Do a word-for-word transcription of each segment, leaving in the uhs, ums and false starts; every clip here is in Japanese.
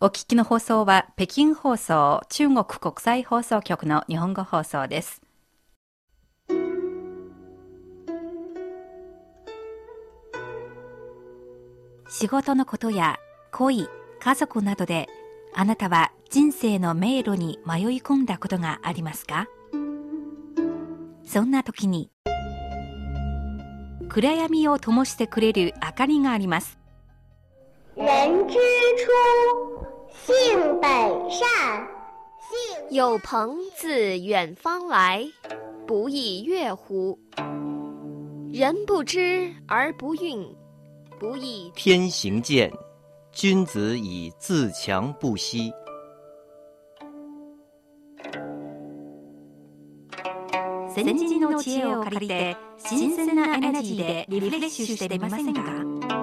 お聞きの放送は北京放送中国国際放送局の日本語放送です。仕事のことや恋、家族などであなたは人生の迷路に迷い込んだことがありますか？そんな時に暗闇を灯してくれる明かりがあります。 人之初，性本善。 有朋自遠方來，不亦樂乎？人不知而不愠，不亦天行健，君子以自強不息。 先人の知恵を借りて新鮮なエナジーでリフレッシュしてみませんか？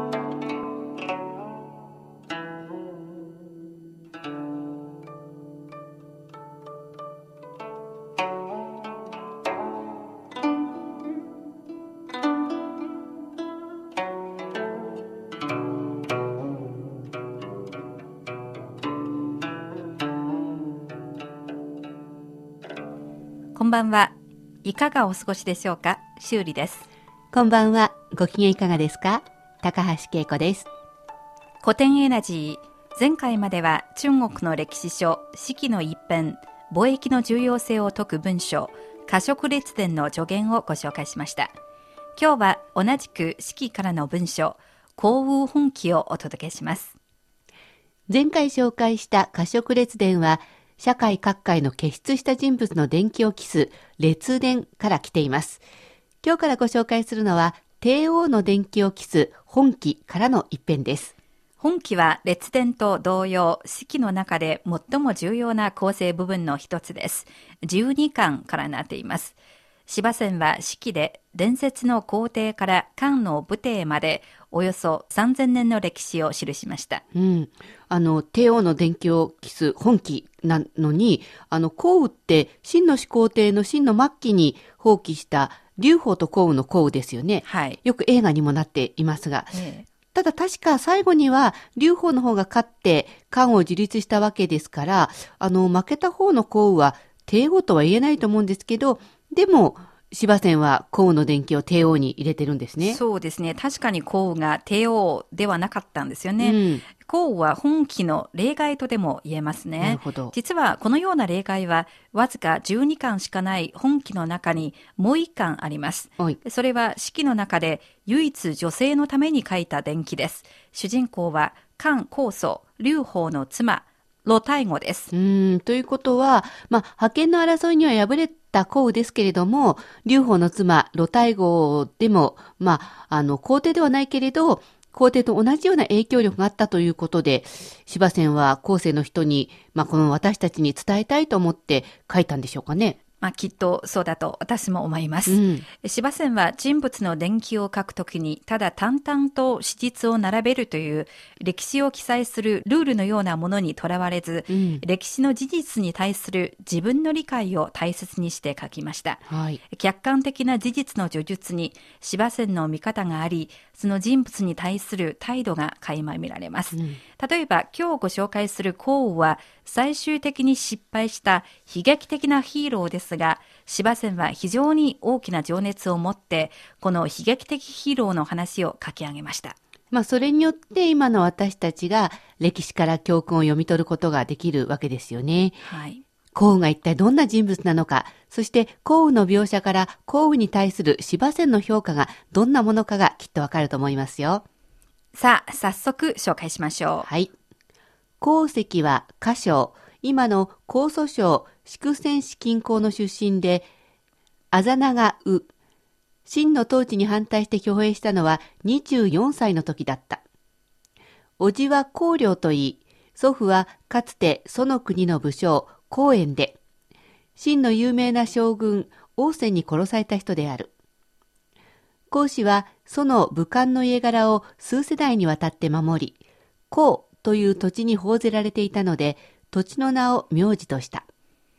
こんばんは。いかがお過ごしでしょうか？修理です。 こんばんは。ご機嫌いかがですか？高橋恵子です。 古典エナジー。前回までは中国の歴史書四季の一編、貿易の重要性を説く文書華食列伝の助言をご紹介しました。今日は同じく四季からの文書降雨本紀をお届けします。 前回紹介した華食列伝は社会各界の傑出した人物の伝記を記す列伝から来ています。今日からご紹介するのは帝王の伝記を記す本紀からの一編です。 本紀は列伝と同様、四季の中で最も重要な構成部分の一つです。じゅうにかんからなっています。司馬遷は四季で伝説の皇帝から漢の武帝までおよそさんぜんねんの歴史を記しました。 うん、あの帝王の伝記を記す本紀なのに、あの項羽って秦の始皇帝の秦の末期に蜂起した劉邦と項羽の項羽ですよね。 はい。 よく映画にもなっていますが、 ええ、 ただ確か最後には劉邦の方が勝って漢を樹立したわけですから、あの負けた方の項羽は帝王とは言えないと思うんですけど、でも司馬遷は項羽の伝記を帝王に入れてるんですね。 そうですね。確かに項羽が帝王ではなかったんですよね。うん、項羽は本紀の例外とでも言えますね。 なるほど。 実はこのような例外はわずかじゅうにかんしかない本紀の中にもういっかんあります。それは四季の中で唯一女性のために書いた伝記です。主人公は漢高祖劉邦の妻露大語です。 うーんということは、まあ、覇権の争いには敗れた項羽ですけれども、劉邦の妻露大語でも、まあ、あの皇帝ではないけれど皇帝と同じような影響力があったということで、司馬遷は後世の人に、まあ、この私たちに伝えたいと思って書いたんでしょうかね。 まあ、きっとそうだと私も思います。うん、司馬遷は人物の伝記を書くときにただ淡々と史実を並べるという歴史を記載するルールのようなものにとらわれず、うん、歴史の事実に対する自分の理解を大切にして書きました。はい、客観的な事実の叙述に司馬遷の見方があり、その人物に対する態度が垣間見られます。うん、例えば今日ご紹介する項羽は最終的に失敗した悲劇的なヒーローですが、司馬遷は非常に大きな情熱を持ってこの悲劇的ヒーローの話を書き上げました。 まあ、それによって今の私たちが歴史から教訓を読み取ることができるわけですよね。はい。項羽が一体どんな人物なのか、そして項羽の描写から項羽に対する司馬遷の評価がどんなものかがきっとわかると思いますよ。 さあ、早速紹介しましょう。 はい。項石は華商、今の江蘇省宿泉市近郊の出身で、あざながう、秦の統治に反対して挙兵したのはにじゅうよんさいの時だった。叔父は項梁といい、祖父はかつてその国の武将、項燕で、秦の有名な将軍、王翦に殺された人である。項氏はその武漢の家柄を数世代にわたって守り、項という土地に報ぜられていたので、土地の名を名字とした。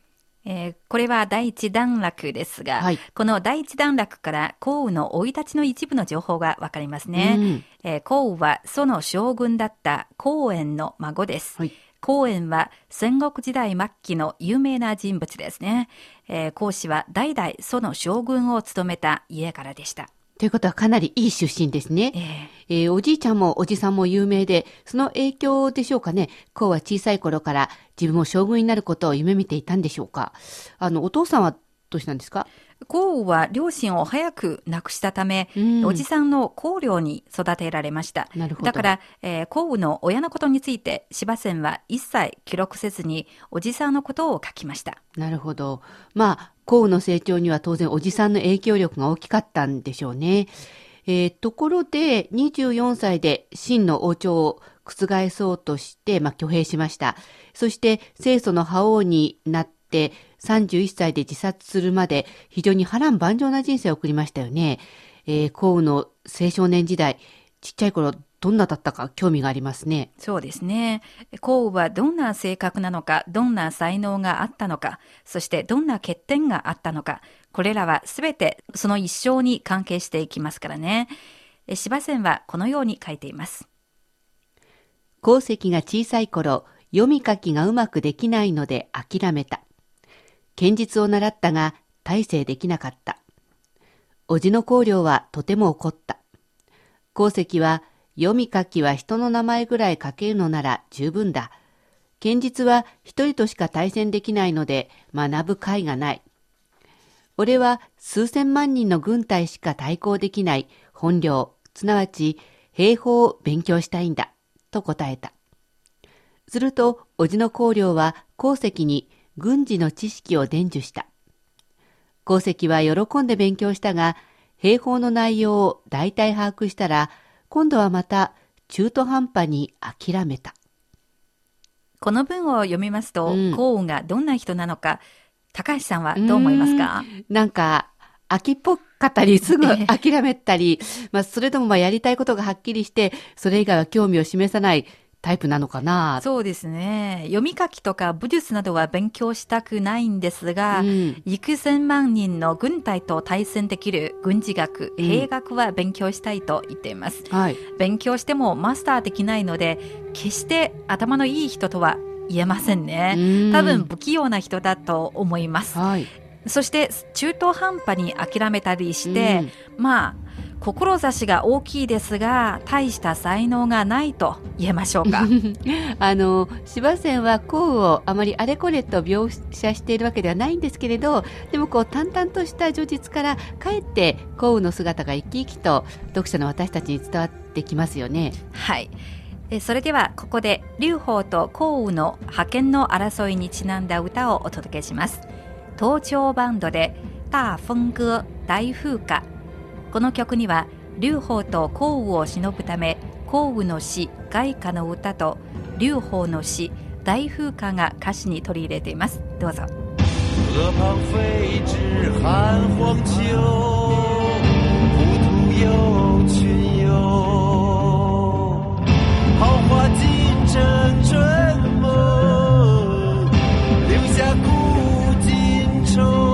えー、これは第一段落ですが、はい、この第一段落から降雨の生い立ちの一部の情報がわかりますね。うんえー、降雨は蘇の将軍だった光遠の孫です。はい光遠は戦国時代末期の有名な人物ですね。えー、孔子は代々蘇の将軍を務めた家からでした。 ということはかなりいい出身ですね。えーえー、おじいちゃんもおじさんも有名で、その影響でしょうかね。孔は小さい頃から自分も将軍になることを夢見ていたんでしょうか。あの、お父さんはどうしたんですか？ 孔は両親を早く亡くしたため、うん、おじさんの孔領に育てられました。 なるほど。 だから、えー、孔の親のことについて司馬遷は一切記録せずにおじさんのことを書きました。 なるほど。まあ、孔の成長には当然おじさんの影響力が大きかったんでしょうね。えー、ところでにじゅうよんさいで秦の王朝を覆そうとして、まあ、挙兵しました。そして清楚の覇王になってさんじゅういっさいで自殺するまで非常に波乱万丈な人生を送りましたよね。えー、孔の青少年時代、ちっちゃい頃どんなだったか興味がありますね。 そうですね。孔はどんな性格なのか、どんな才能があったのか、そしてどんな欠点があったのか、これらはすべてその一生に関係していきますからね。司馬遷はこのように書いています。 孔碩が小さい頃、読み書きがうまくできないので諦めた。剣術を習ったが大成できなかった。叔父の公領はとても怒った。孔碩は読み書きは人の名前ぐらい書けるのなら十分だ。剣術は一人としか対戦できないので学ぶ甲斐がない。俺は数千万人の軍隊しか対抗できない本領、すなわち兵法を勉強したいんだ、と答えた。すると、叔父の公領は孔碩に軍事の知識を伝授した。孔碩は喜んで勉強したが、兵法の内容を大体把握したら、今度はまた中途半端に諦めた。 この文を読みますと、うん、孔雨がどんな人なのか、高橋さんはどう思いますか？ んなんか、秋っぽかったり、すぐ諦めたり、まあ、それともまあやりたいことがはっきりして、それ以外は興味を示さないタイプなのかな。 そうですね。読み書きとか武術などは勉強したくないんですが、うん、幾千万人の軍隊と対戦できる軍事学、兵学は勉強したいと言っています。うんはい、勉強してもマスターできないので、決して頭のいい人とは言えませんね。うん多分不器用な人だと思います。はいそして中途半端に諦めたりして、うん、まあ志が大きいですが大した才能がないと言えましょうか。 あの司馬遷は孔雨をあまりあれこれと描写しているわけではないんですけれど、でもこう淡々とした叙述からかえって孔雨の姿が生き生きと読者の私たちに伝わってきますよね。 はいそれではここで劉邦と孔雨の覇権の争いにちなんだ歌をお届けします。東京バンドで大風歌大風歌。この曲には劉邦と孔雨を偲ぶため孔雨の詩凱歌の歌と劉邦の詩大風歌が歌詞に取り入れています。どうぞ。 河旁飞至汉皇丘，胡图有群游，豪华金城春梦，留下古今愁。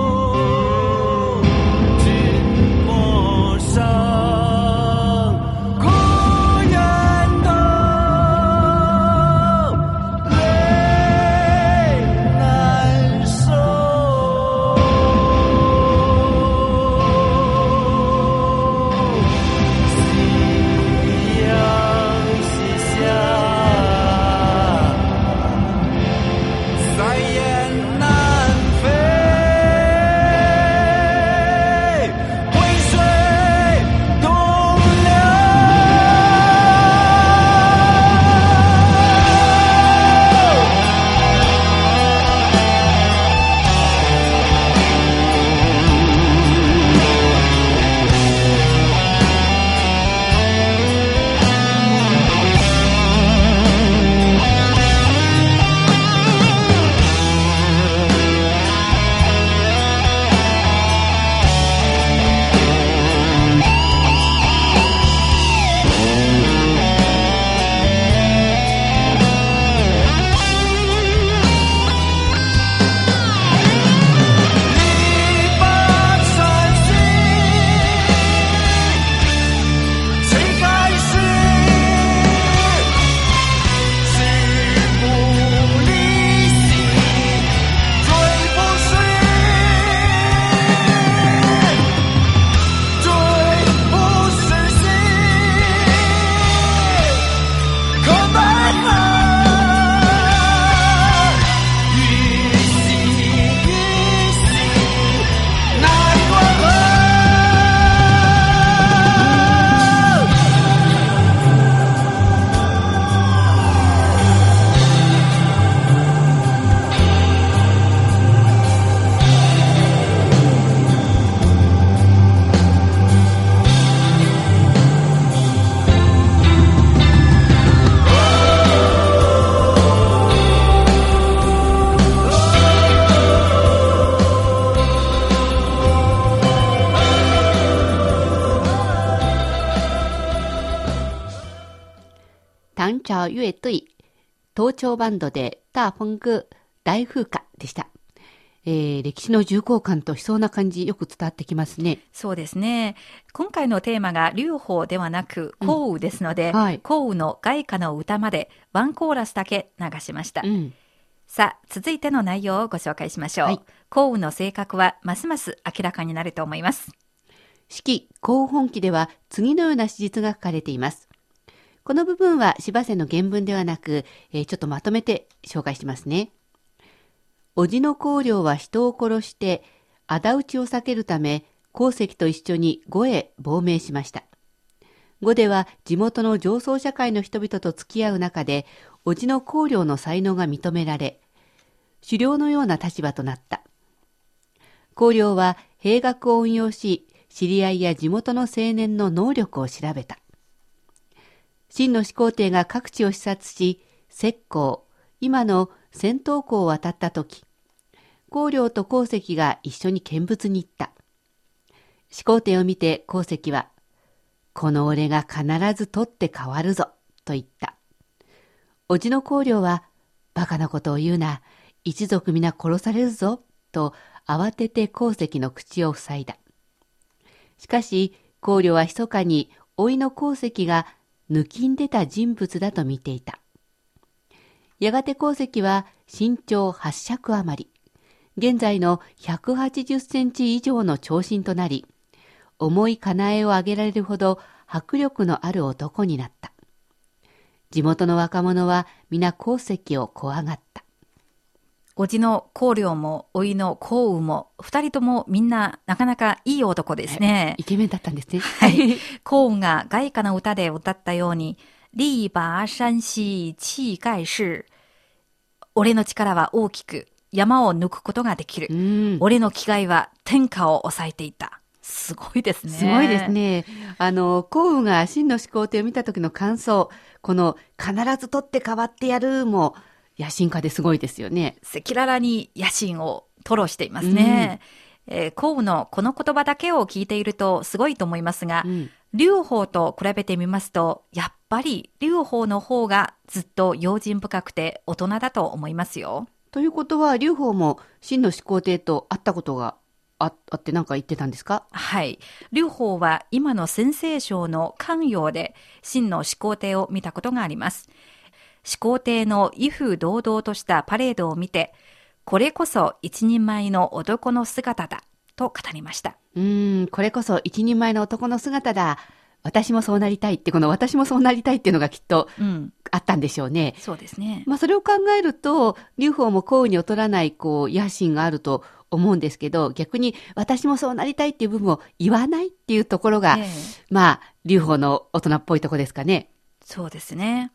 朝越对、盗聴バンドで大風歌、大風歌でした。えー、歴史の重厚感と悲壮な感じよく伝わってきますね。 そうですね。今回のテーマが劉邦ではなく項羽ですので、うんはい、項羽の凱歌の歌までワンコーラスだけ流しました。うん、さあ、続いての内容をご紹介しましょう。はい、項羽の性格はますます明らかになると思います。 史記項羽本紀では次のような史実が書かれています。この部分は司馬遷の原文ではなく、えー、ちょっとまとめて紹介しますね。叔父の公領は人を殺して仇討ちを避けるため孔石と一緒に呉へ亡命しました。呉では地元の上層社会の人々と付き合う中で叔父の公領の才能が認められ、首領のような立場となった。公領は兵学を運用し、知り合いや地元の青年の能力を調べた。秦の始皇帝が各地を視察し、浙江、今の仙洞江を渡ったとき、公領と孔石が一緒に見物に行った。始皇帝を見て孔石は、この俺が必ず取って変わるぞ、と言った。叔父の公領は、バカなことを言うな、一族皆殺されるぞ、と慌てて孔石の口を塞いだ。しかし、公領は密かに甥の孔石が抜きんでた人物だと見ていた。やがて孔石は身長はっ尺余り、現在のひゃくはちじゅっセンチ以上の長身となり、重いかなえを上げられるほど迫力のある男になった。地元の若者は皆孔石を怖がった。 叔父の公領も甥の項羽も二人ともみんななかなかいい男ですね。 イケメンだったんですね。 はい。項羽が凱歌の歌で歌ったように、力拔山兮氣蓋世。俺の力は大きく山を抜くことができる。うん、俺の気概は天下を抑えていた。すごいですね。 すごいですね。あの、項羽が秦の始皇帝を見た時の感想、この必ず取って変わってやるも、野心家ですごいですよね。 赤裸々に野心を吐露していますね。うん、えー、項羽のこの言葉だけを聞いているとすごいと思いますが、うん、劉邦と比べてみますと、やっぱり劉邦の方がずっと用心深くて大人だと思いますよ。 ということは、劉邦も秦の始皇帝と会ったことがあ, あって何か言ってたんですか？ はい。劉邦は今の陝西省の咸陽で秦の始皇帝を見たことがあります。始皇帝の威風堂々としたパレードを見て、これこそ一人前の男の姿だと語りました。 うーん、これこそ一人前の男の姿だ。私もそうなりたいって、この私もそうなりたいっていうのがきっとあったんでしょうね。 うん、そうですね。 まあそれを考えると、劉邦も項羽に劣らないこう野心があると思うんですけど、逆に私もそうなりたいっていう部分を言わないっていうところが、えー、まあ劉邦の大人っぽいところですかね。 そうですね。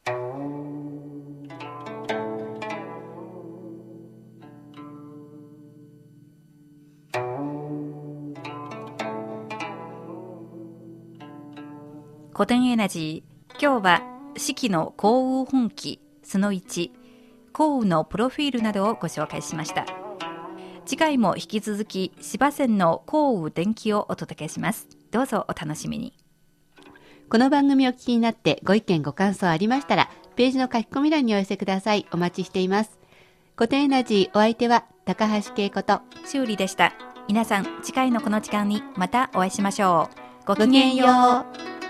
古典エナジー、今日は史記の項羽本紀そのいち、項羽のプロフィールなどをご紹介しました。次回も引き続き司馬遷の項羽伝記をお届けします。どうぞお楽しみに。 この番組を聞きになってご意見ご感想ありましたら、ページの書き込み欄にお寄せください。お待ちしています。古典エナジー、お相手は高橋恵子と修理でした。皆さん、次回のこの時間にまたお会いしましょう。ごきげんよう。